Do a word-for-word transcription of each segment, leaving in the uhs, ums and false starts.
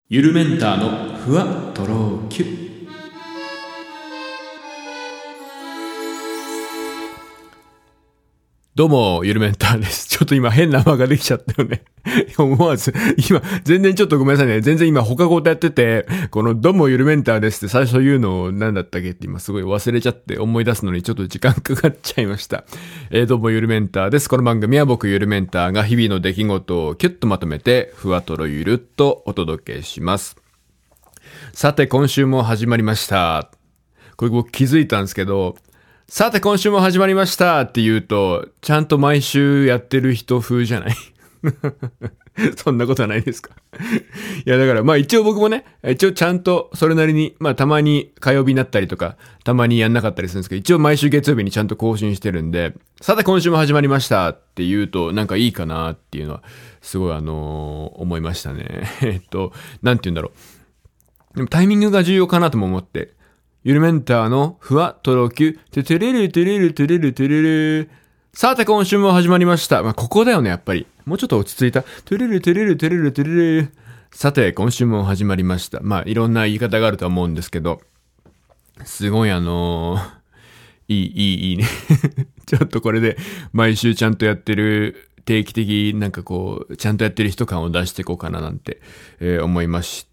ゆるメンターのふわとろきゅ。どうもゆるメンターです。ちょっと今変な間ができちゃったよね思わず今全然ちょっとごめんなさいね。全然今他事やってて、このどうもゆるメンターですって最初言うのを何だったっけって今すごい忘れちゃって思い出すのにちょっと時間かかっちゃいました。えー、どうもゆるメンターです。この番組は僕ゆるメンターが日々の出来事をキュッとまとめてふわとろゆるっとお届けします。さて今週も始まりました。これ僕気づいたんですけど、さて今週も始まりましたって言うとちゃんと毎週やってる人風じゃないそんなことはないですかいやだからまあ一応僕もね、一応ちゃんとそれなりにまあたまに火曜日になったりとかたまにやんなかったりするんですけど、一応毎週月曜日にちゃんと更新してるんで、さて今週も始まりましたって言うとなんかいいかなっていうのはすごいあのー、思いましたねえっとなんて言うんだろう、でもタイミングが重要かなとも思って、ゆるメンターのふわとろきゅ、ててれるてれるてれるてれる。さて今週も始まりました。まあ、ここだよね、やっぱり。もうちょっと落ち着いた。てれるてれるてれるてれる。さて今週も始まりました。まあ、いろんな言い方があるとは思うんですけど、すごいあのー、いい、いい、いいね。ちょっとこれで毎週ちゃんとやってる、定期的なんかこう、ちゃんとやってる人感を出していこうかななんて、えー、思いました。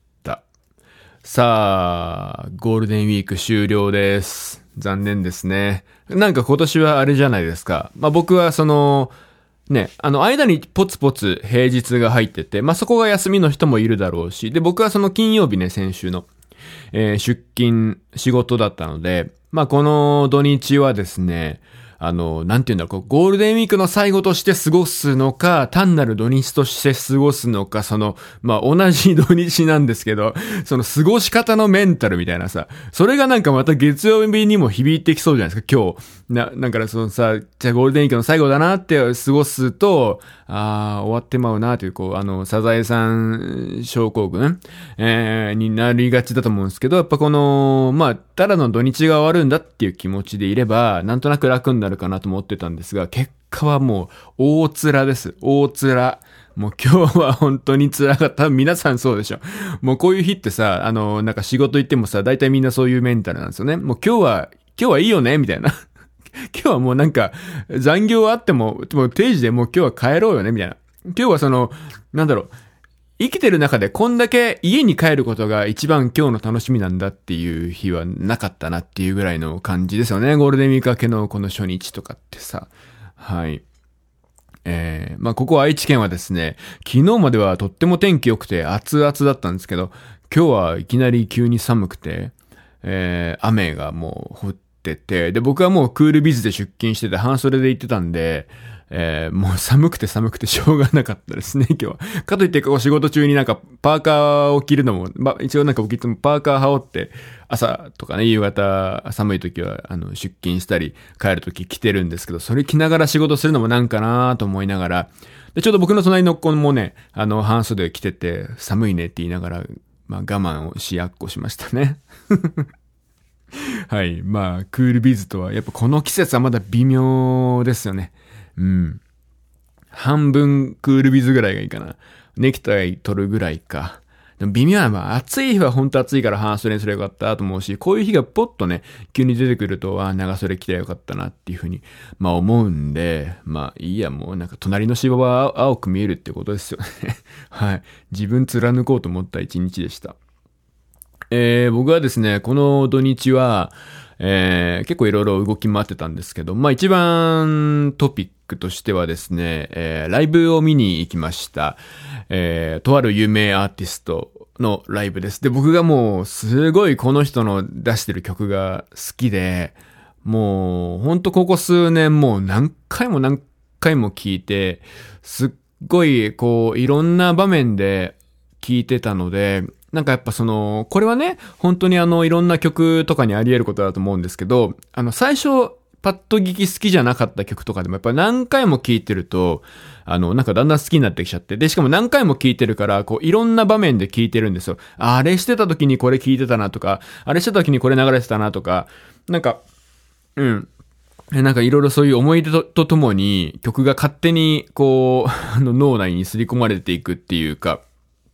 さあ、ゴールデンウィーク終了です。残念ですね。なんか今年はあれじゃないですか。まあ僕はその、ね、あの間にポツポツ平日が入ってて、まあそこが休みの人もいるだろうし、で僕はその金曜日ね、先週の、えー、出勤、仕事だったので、まあこの土日はですね、あの、なんていうんだろう、こうゴールデンウィークの最後として過ごすのか、単なる土日として過ごすのか、その、まあ、同じ土日なんですけど、その過ごし方のメンタルみたいなさ、それがなんかまた月曜日にも響いてきそうじゃないですか、今日。な、なんかそのさ、じゃあゴールデンウィークの最後だなって過ごすと、ああ、終わってまうなという、こう、あの、サザエさん症候群、えー、になりがちだと思うんですけど、やっぱこの、まあ、ただの土日が終わるんだっていう気持ちでいれば、なんとなく楽になるかなと思ってたんですが、結果はもう、大辛です。大辛。もう今日は本当に辛かった。多分皆さんそうでしょ。もうこういう日ってさ、あの、なんか仕事行ってもさ、大体みんなそういうメンタルなんですよね。もう今日は、今日はいいよねみたいな。今日はもうなんか、残業あっても、もう定時でもう今日は帰ろうよねみたいな。今日はその、なんだろう、生きてる中でこんだけ家に帰ることが一番今日の楽しみなんだっていう日はなかったなっていうぐらいの感じですよね。ゴールデンウィーク明けのこの初日とかってさ。はい。えー、まあここ愛知県はですね、昨日まではとっても天気良くて熱々だったんですけど、今日はいきなり急に寒くて、えー、雨がもう降ってて、で僕はもうクールビズで出勤してて半袖で行ってたんで、えー、もう寒くて寒くてしょうがなかったですね、今日は。かといってこう仕事中になんかパーカーを着るのも、まあ一応なんか僕いつもパーカー羽織って、朝とかね、夕方寒い時はあの出勤したり帰る時着てるんですけど、それ着ながら仕事するのもなんかなと思いながら、でちょうど僕の隣の子もね、あの半袖着てて寒いねって言いながら、まあ我慢をしやっこしましたね。はい。まあ、クールビズとは、やっぱこの季節はまだ微妙ですよね。うん。半分クールビズぐらいがいいかな。ネクタイ取るぐらいか。でも微妙な、まあ暑い日は本当暑いから半袖にすればよかったと思うし、こういう日がポッとね、急に出てくると、あ、長袖着てよかったなっていうふうに、まあ思うんで、まあいいや、もうなんか隣の芝は青く見えるってことですよね。はい。自分貫こうと思った一日でした。えー、僕はですね、この土日は、えー、結構いろいろ動き回ってたんですけど、まあ一番トピックとしてはですね、えー、ライブを見に行きました。えー、とある有名アーティストのライブです。で、僕がもうすごいこの人の出してる曲が好きで、もうほんとここ数年もう何回も何回も聴いて、すっごいこういろんな場面で聴いてたので、なんかやっぱその、これはね、本当にあの、いろんな曲とかにあり得ることだと思うんですけど、あの、最初、パッと聞き好きじゃなかった曲とかでもやっぱ何回も聴いてると、あの、なんかだんだん好きになってきちゃって、で、しかも何回も聴いてるから、こう、いろんな場面で聴いてるんですよ。あれしてた時にこれ聴いてたなとか、あれしてた時にこれ流れてたなとか、なんか、うん。なんかいろいろそういう思い出ととともに曲が勝手にこう、あの脳内に刷り込まれていくっていうか、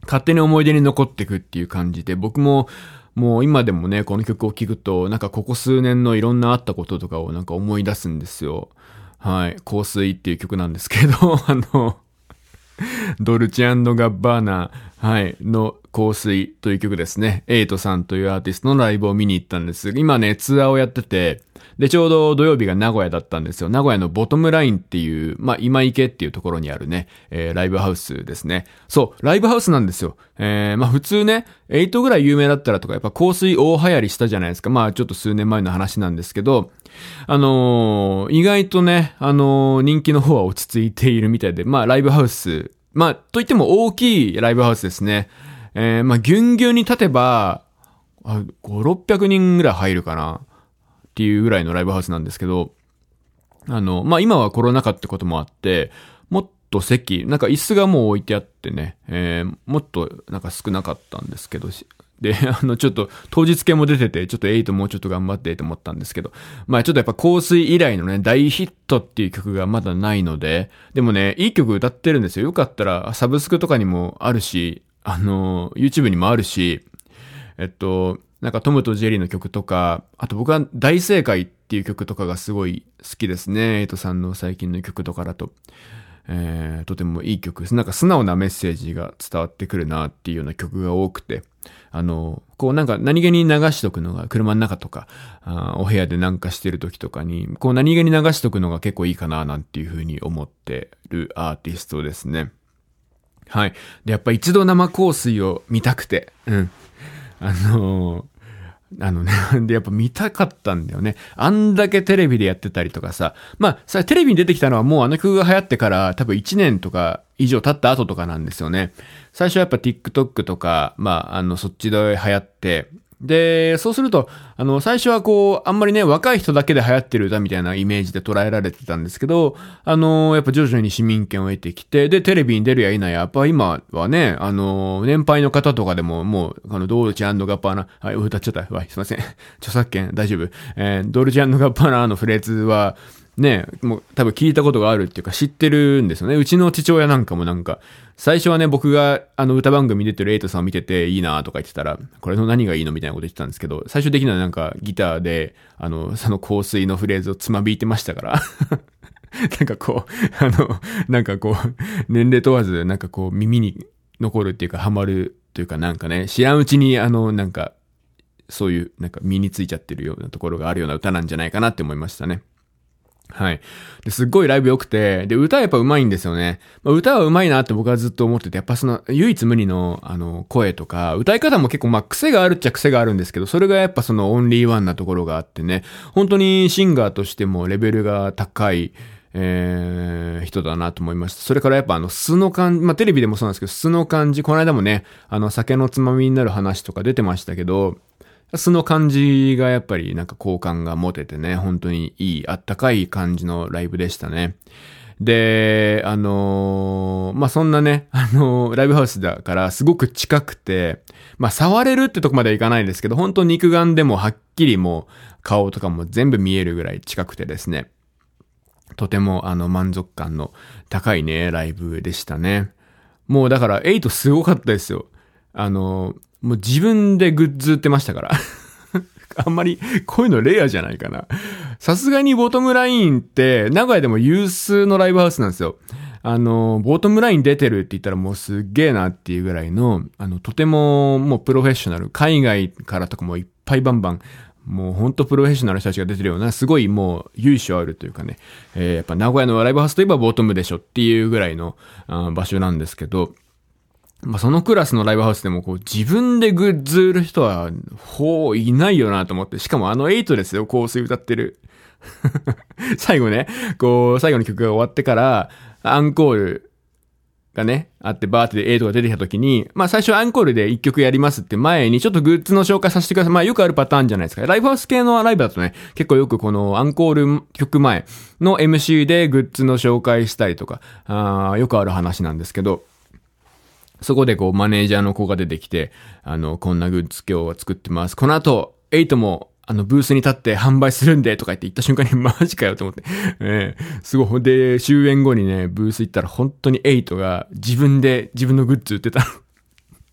勝手に思い出に残ってくっていう感じで、僕ももう今でもね、この曲を聴くと、なんかここ数年のいろんなあったこととかをなんか思い出すんですよ。はい。香水っていう曲なんですけど、あの、ドルチェ&ガッバーナ、はい、の香水という曲ですね。エイトさんというアーティストのライブを見に行ったんです。今ね、ツアーをやってて、で、ちょうど土曜日が名古屋だったんですよ。名古屋のボトムラインっていう、まあ、今池っていうところにあるね、えー、ライブハウスですね。そう、ライブハウスなんですよ。えー、まあ、普通ね、エイトぐらい有名だったらとか、やっぱ香水大流行りしたじゃないですか。まあ、ちょっと数年前の話なんですけど、あのー、意外とね、あのー、人気の方は落ち着いているみたいで、まあ、ライブハウス、まあ、といっても大きいライブハウスですね。えー、まあ、ぎゅんぎゅんに立てば、ご、ろっぴゃくにんぐらい入るかなっていうぐらいのライブハウスなんですけど、あの、まあ、今はコロナ禍ってこともあって、もっと席、なんか椅子がもう置いてあってね、えー、もっとなんか少なかったんですけど、で、あの、ちょっと当日券も出てて、ちょっとエイトもうちょっと頑張ってと思ったんですけど、まあちょっとやっぱ香水以来のね、大ヒットっていう曲がまだないので、でもね、いい曲歌ってるんですよ。よかったらサブスクとかにもあるし、あの、YouTube にもあるし、えっと、なんかトムとジェリーの曲とか、あと僕は大正解っていう曲とかがすごい好きですね。エイトさんの最近の曲とかだと。えー、とてもいい曲です。なんか素直なメッセージが伝わってくるなっていうような曲が多くて、あの、こうなんか何気に流しとくのが車の中とか、あお部屋でなんかしてる時とかに、こう何気に流しとくのが結構いいかななんていう風に思ってるアーティストですね。はい。で、やっぱ一度生香水を見たくて、うん。あのー、あのね、で、やっぱ見たかったんだよね。あんだけテレビでやってたりとかさ。まあ、さ、テレビに出てきたのはもうあの曲が流行ってから多分いちねんとか以上経った後とかなんですよね。最初はやっぱ TikTok とか、まあ、あの、そっちで流行って、で、そうすると、あの、最初はこう、あんまりね、若い人だけで流行ってる歌みたいなイメージで捉えられてたんですけど、あの、やっぱ徐々に市民権を得てきて、で、テレビに出るや否や、やっぱ今はね、あの、年配の方とかでも、もう、あの、ドルチェ&ガッパーナ、はい、歌っちゃった。わ、すいません。著作権、大丈夫。えー、ドルチェ&ガッパーナのフレーズは、ね、もう多分聞いたことがあるっていうか知ってるんですよね。うちの父親なんかもなんか、最初はね、僕があの歌番組出てるエイトさんを見てていいなとか言ってたら、これの何がいいのみたいなこと言ってたんですけど、最終的にはなんかギターで、あの、その香水のフレーズをつまびいてましたから。なんかこう、あの、なんかこう、年齢問わず、なんかこう耳に残るっていうかハマるというかなんかね、知らんうちにあの、なんか、そういうなんか身についちゃってるようなところがあるような歌なんじゃないかなって思いましたね。はい。で、すっごいライブ良くて、で、歌はやっぱ上手いんですよね。まあ、歌は上手いなって僕はずっと思ってて、やっぱその、唯一無二の、あの、声とか、歌い方も結構、まあ、癖があるっちゃ癖があるんですけど、それがやっぱその、オンリーワンなところがあってね、本当にシンガーとしてもレベルが高い、えー、人だなと思いました。それからやっぱあの、素の感じ、まあ、テレビでもそうなんですけど、素の感じ、この間もね、あの、酒のつまみになる話とか出てましたけど、その感じがやっぱりなんか好感が持ててね、本当にいい、あったかい感じのライブでしたね。で、あのー、まあ、そんなね、あのー、ライブハウスだからすごく近くて、まあ、触れるってとこまではいかないんですけど、本当肉眼でもはっきりもう顔とかも全部見えるぐらい近くてですね、とてもあの満足感の高いね、ライブでしたね。もうだから、エイトすごかったですよ。あのー、もう自分でグッズ売ってましたから。あんまりこういうのレアじゃないかな。さすがにボトムラインって名古屋でも有数のライブハウスなんですよ。あの、ボトムライン出てるって言ったらもうすっげえなっていうぐらいの、あの、とてももうプロフェッショナル、海外からとかもいっぱいバンバン、もうほんとプロフェッショナル人たちが出てるような、すごいもう由緒あるというかね、えー、やっぱ名古屋のライブハウスといえばボトムでしょっていうぐらいのあ場所なんですけど、まあ、そのクラスのライブハウスでもこう自分でグッズ売る人はほういないよなと思って、しかもあのエイトですよ、香水歌ってる。最後ね、こう最後の曲が終わってからアンコールがね、あってバーってエイトが出てきた時に、まあ最初アンコールで一曲やりますって前にちょっとグッズの紹介させてください。まあよくあるパターンじゃないですか。ライブハウス系のライブだとね、結構よくこのアンコール曲前の エムシー でグッズの紹介したりとか、あよくある話なんですけど、そこでこうマネージャーの子が出てきて、あの、こんなグッズ今日は作ってます。この後、エイトも、あの、ブースに立って販売するんで、とか言って言った瞬間に、マジかよと思って。えー、すごい。で、終演後にね、ブース行ったら本当にエイトが自分で自分のグッズ売ってた。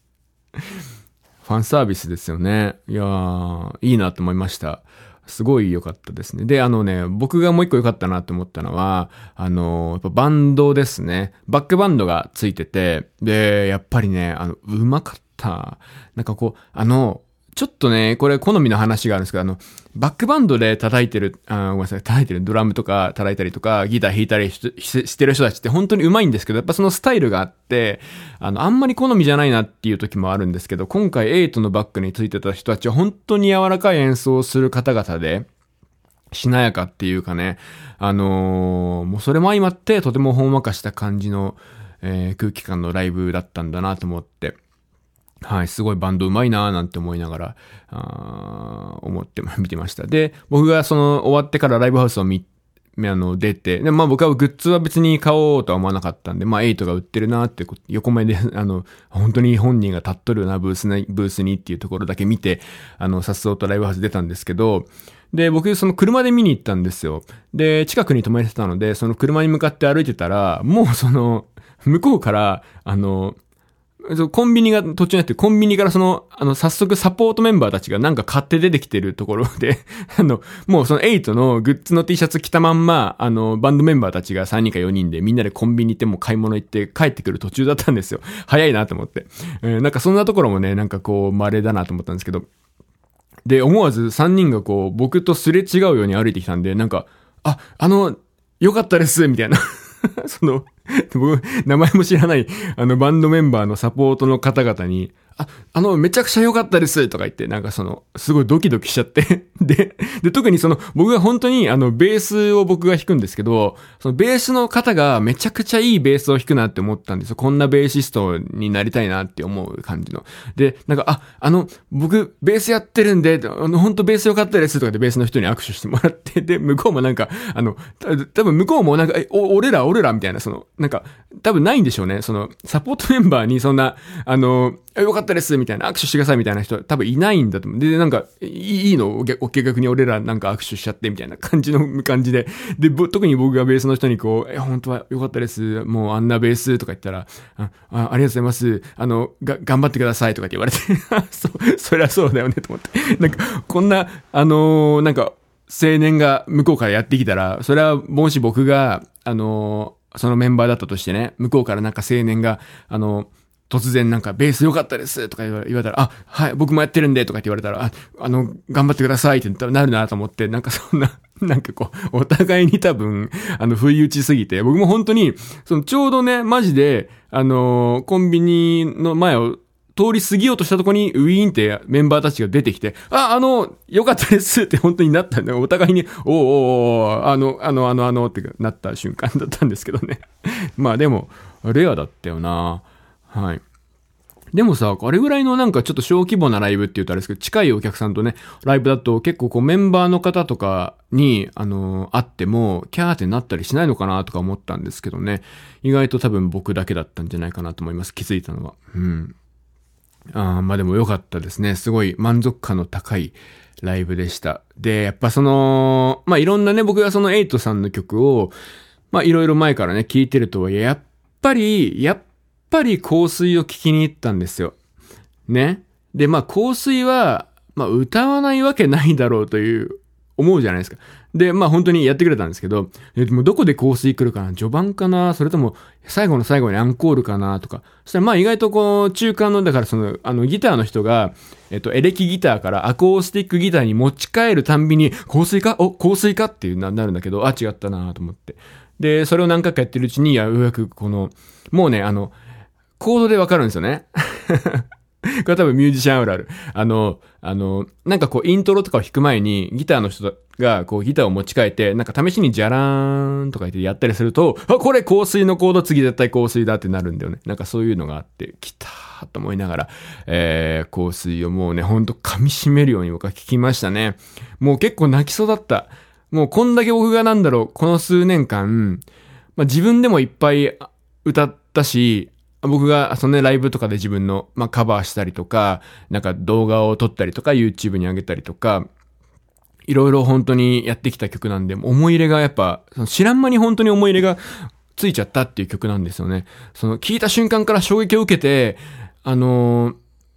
ファンサービスですよね。いやー、いいなと思いました。すごい良かったですね。で、あのね、僕がもう一個良かったなと思ったのは、あの、やっぱバンドですね。バックバンドがついてて、で、やっぱりね、あの、うまかった。なんかこう、あの、ちょっとね、これ好みの話があるんですけど、あの、バックバンドで叩いてる、あ、ごめんなさい、叩いてるドラムとか叩いたりとか、ギター弾いたりし、し、してる人たちって本当に上手いんですけど、やっぱそのスタイルがあって、あの、あんまり好みじゃないなっていう時もあるんですけど、今回エイトのバックについてた人たちは本当に柔らかい演奏をする方々で、しなやかっていうかね、あのー、もうそれも相まってとてもほんわかした感じの、えー、空気感のライブだったんだなと思って、はい、すごいバンド上手いなーなんて思いながら、あー思って見てました。で、僕がその終わってからライブハウスを見、あの、出て、で、まあ僕はグッズは別に買おうとは思わなかったんで、まあエイトが売ってるなーって横目で、あの、本当に本人が立っとるな、ブースに、ブースにっていうところだけ見て、あの、さっそうとライブハウス出たんですけど、で、僕、その車で見に行ったんですよ。で、近くに止めてたので、その車に向かって歩いてたら、もうその、向こうから、あの、コンビニが途中にあって、コンビニからその、あの、早速サポートメンバーたちがなんか買って出てきてるところで、あの、もうそのエイトのグッズの T シャツ着たまんま、あの、バンドメンバーたちがさんにんかよにんでみんなでコンビニ行ってもう買い物行って帰ってくる途中だったんですよ。早いなと思って。えー、なんかそんなところもね、なんかこう、稀だなと思ったんですけど、で、思わずさんにんがこう、僕とすれ違うように歩いてきたんで、なんか、あ、あの、よかったです、みたいな。その、僕、名前も知らない、あの、バンドメンバーのサポートの方々に、あ、あの、めちゃくちゃ良かったです、とか言って、なんかその、すごいドキドキしちゃって。で、で、特にその、僕が本当に、あの、ベースを僕が弾くんですけど、その、ベースの方がめちゃくちゃいいベースを弾くなって思ったんですよ。こんなベーシストになりたいなって思う感じの。で、なんか、あ、あの、僕、ベースやってるんで、あの、本当ベース良かったです、とかでベースの人に握手してもらって、で、向こうもなんか、あの、多分向こうもなんか、え、お、俺ら、俺ら、みたいな、その、なんか、多分ないんでしょうね。その、サポートメンバーにそんな、あの、よかったです、みたいな、握手してください、みたいな人多分いないんだと思う。で、なんか、いいのお客逆に俺らなんか握手しちゃって、みたいな感じの感じで。で、特に僕がベースの人にこう、え、本当はよかったです。もうあんなベースとか言ったら、あ、あ、ありがとうございます。あの、が、頑張ってくださいとかって言われて、そ、そりゃそうだよね、と思って。なんか、こんな、あのー、なんか、青年が向こうからやってきたら、それはもし僕が、あのー、そのメンバーだったとしてね、向こうからなんか青年が、あのー、突然なんかベース良かったですとか言われたら、あ、はい、僕もやってるんでとかって言われたら、あ、あの、頑張ってくださいってなるなと思って、なんかそんな、なんかこう、お互いに多分、あの、不意打ちすぎて、僕も本当に、そのちょうどね、マジで、あのー、コンビニの前を通り過ぎようとしたとこに、ウィーンってメンバーたちが出てきて、あ、あの、良かったですって本当になったんで、お互いに、おーおーおー、あの、あの、あの、あのってなった瞬間だったんですけどね。まあでも、レアだったよな。はい。でもさ、あれぐらいのなんかちょっと小規模なライブって言うとあれですけど、近いお客さんとね、ライブだと結構こうメンバーの方とかに、あのー、会っても、キャーってなったりしないのかなとか思ったんですけどね。意外と多分僕だけだったんじゃないかなと思います。気づいたのは。うん。あー、まあでも良かったですね。すごい満足感の高いライブでした。で、やっぱその、まあいろんなね、僕がそのエイトさんの曲を、まあいろいろ前からね、聴いてるとはいえ、やっぱり、やっぱり、やっぱり香水を聞きに行ったんですよ。ね。で、まあ香水は、まあ歌わないわけないだろうという、思うじゃないですか。で、まあ本当にやってくれたんですけど、でもどこで香水来るかな、序盤かな、それとも最後の最後にアンコールかなとか。そしたらまあ意外とこう中間の、だからその、あのギターの人が、えっとエレキギターからアコースティックギターに持ち帰るたんびに、香水かお、香水かっていうな、なるんだけど、あ、違ったなと思って。で、それを何回かやってるうちに、ようやくこの、もうね、あの、コードでわかるんですよね。これ多分ミュージシャンあるある。あの、あの、なんかこうイントロとかを弾く前にギターの人がこうギターを持ち替えて、なんか試しにジャラーンとか言ってやったりすると、あ、これ香水のコード次絶対香水だってなるんだよね。なんかそういうのがあって、来たーと思いながら、えー、香水をもうね、ほんと噛み締めるように僕は聞きましたね。もう結構泣きそうだった。もうこんだけ僕がなんだろう、この数年間、まあ、自分でもいっぱい歌ったし、僕がそのねライブとかで自分のまあカバーしたりとか、なんか動画を撮ったりとか YouTube に上げたりとか、いろいろ本当にやってきた曲なんで、思い入れがやっぱ知らん間に本当に思い入れがついちゃったっていう曲なんですよね。その聞いた瞬間から衝撃を受けて、あのー、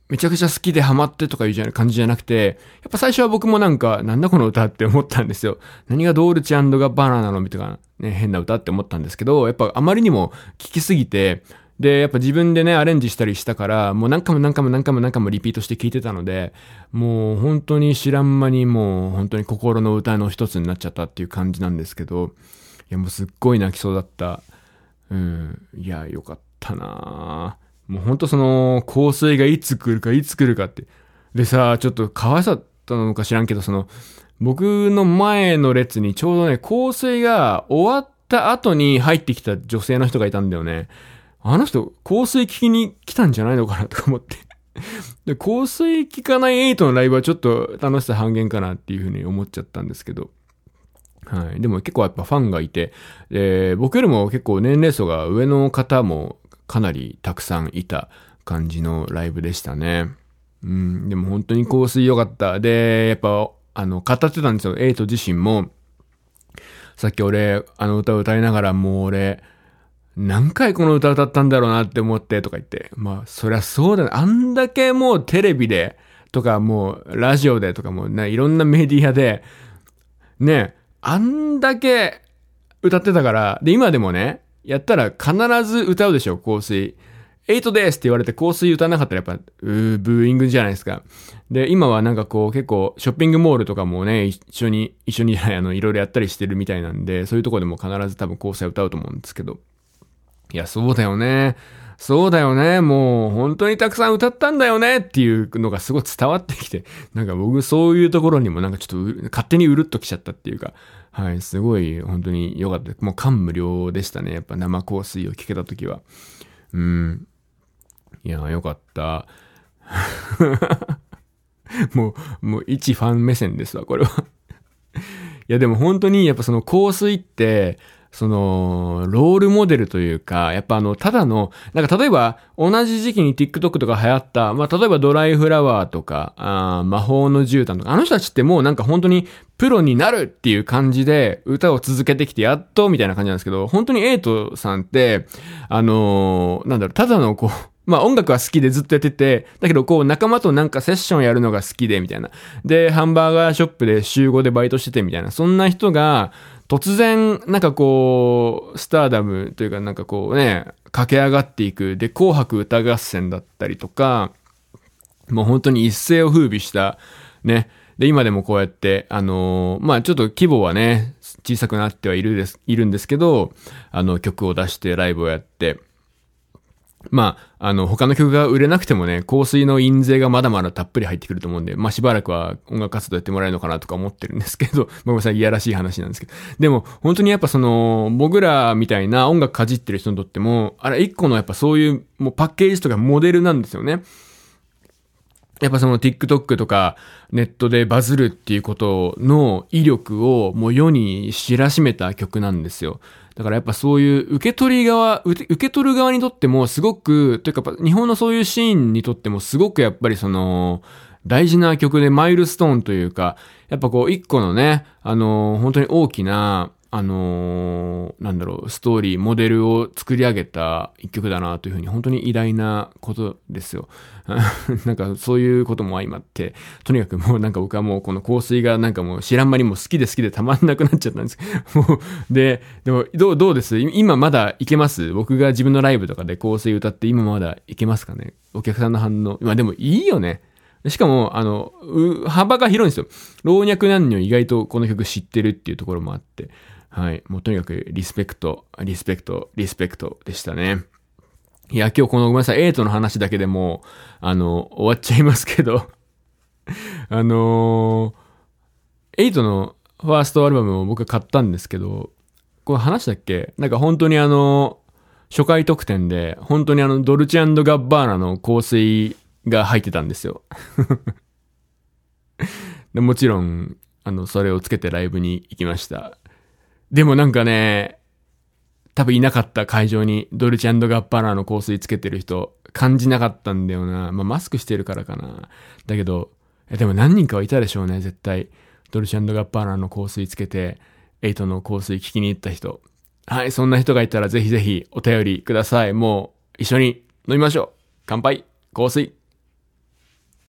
めちゃくちゃ好きでハマってとかいう感じじゃなくて、やっぱ最初は僕もなんか、なんだこの歌って思ったんですよ。何がドールチ&ガッバーナなのみたいな、ね、変な歌って思ったんですけど、やっぱあまりにも聴きすぎて、で、やっぱ自分でね、アレンジしたりしたから、もう何回も何回も何回も何回もリピートして聴いてたので、もう本当に知らん間にもう本当に心の歌の一つになっちゃったっていう感じなんですけど、いやもうすっごい泣きそうだった。うん。いや、よかったなぁ。もうほんとその、香水がいつ来るかいつ来るかって。でさ、ちょっと可愛さったのか知らんけど、その、僕の前の列にちょうどね、香水が終わった後に入ってきた女性の人がいたんだよね。あの人、香水聞きに来たんじゃないのかなとか思って。で、香水聞かないエイトのライブはちょっと楽しさ半減かなっていうふうに思っちゃったんですけど。はい。でも結構やっぱファンがいて、で、僕よりも結構年齢層が上の方もかなりたくさんいた感じのライブでしたね。うん。でも本当に香水良かった。で、やっぱ、あの、語ってたんですよ。エイト自身も。さっき俺、あの歌を歌いながらもう俺、何回この歌歌ったんだろうなって思ってとか言って。まあ、そりゃそうだね。あんだけもうテレビでとかもうラジオでとかもね、いろんなメディアで、ね、あんだけ歌ってたから、で、今でもね、やったら必ず歌うでしょ、香水。エイトですって言われて香水歌わなかったらやっぱ、うー、ブーイングじゃないですか。で、今はなんかこう結構ショッピングモールとかもね、一緒に、一緒にじゃない、あの、いろいろやったりしてるみたいなんで、そういうとこでも必ず多分香水歌うと思うんですけど。いや、そうだよね。そうだよね。もう本当にたくさん歌ったんだよねっていうのがすごい伝わってきて、なんか僕そういうところにもなんかちょっと勝手にうるっときちゃったっていうか、はい、すごい本当に良かった。もう感無量でしたね。やっぱ生香水を聞けたときは。うん。いや、良かった。もう、もう一ファン目線ですわ、これは。いや、でも本当にやっぱその香水って、その、ロールモデルというか、やっぱあの、ただの、なんか例えば、同じ時期に TikTok とか流行った、まあ、例えばドライフラワーとか、あ魔法の絨毯とか、あの人たちってもうなんか本当にプロになるっていう感じで歌を続けてきてやっとみたいな感じなんですけど、本当にエイトさんって、あのー、なんだろう、ただのこう、まあ音楽は好きでずっとやってて、だけどこう仲間となんかセッションやるのが好きでみたいな。で、ハンバーガーショップで週ごでバイトしててみたいな。そんな人が突然なんかこう、スターダムというかなんかこうね、駆け上がっていく。で、紅白歌合戦だったりとか、もう本当に一世を風靡したね。で、今でもこうやって、あのー、まあちょっと規模はね、小さくなってはいるです、いるんですけど、あの曲を出してライブをやって、まあ、あの、他の曲が売れなくてもね、香水の印税がまだまだたっぷり入ってくると思うんで、まあしばらくは音楽活動やってもらえるのかなとか思ってるんですけど、ごめんなさい、いやらしい話なんですけど。でも、本当にやっぱその、僕らみたいな音楽かじってる人にとっても、あれ一個のやっぱそういう、もうパッケージとかモデルなんですよね。やっぱその TikTok とかネットでバズるっていうことの威力をもう世に知らしめた曲なんですよ。だからやっぱそういう受け取り側、受け取る側にとってもすごく、というか日本のそういうシーンにとってもすごくやっぱりその大事な曲でマイルストーンというか、やっぱこう一個のね、あのー、本当に大きな、あのー、なんだろう、ストーリー、モデルを作り上げた一曲だなというふうに、本当に偉大なことですよ。なんかそういうことも相まって、とにかくもうなんか僕はもうこの香水がなんかもう知らん間にも好きで好きでたまんなくなっちゃったんです。もう、で、でもどう、どうです今まだいけます僕が自分のライブとかで香水歌って今まだいけますかねお客さんの反応。まあでもいいよね。しかも、あの、幅が広いんですよ。老若男女意外とこの曲知ってるっていうところもあって。はい。もうとにかくリスペクト、リスペクト、リスペクトでしたね。いや、今日このごめんなさい、エイトの話だけでもう、あの、終わっちゃいますけど、あのー、エイトのファーストアルバムを僕買ったんですけど、これ話したっけなんか本当にあの、初回特典で、本当にあの、ドルチェ&ガッバーナの香水が入ってたんですよ。でもちろん、あの、それをつけてライブに行きました。でもなんかね、多分いなかった会場にドルチェ&ガッバーナの香水つけてる人感じなかったんだよな。まあマスクしてるからかな。だけど、でも何人かはいたでしょうね、絶対。ドルチェ&ガッバーナの香水つけて、エイトの香水聞きに行った人。はい、そんな人がいたらぜひぜひお便りください。もう一緒に飲みましょう。乾杯。香水。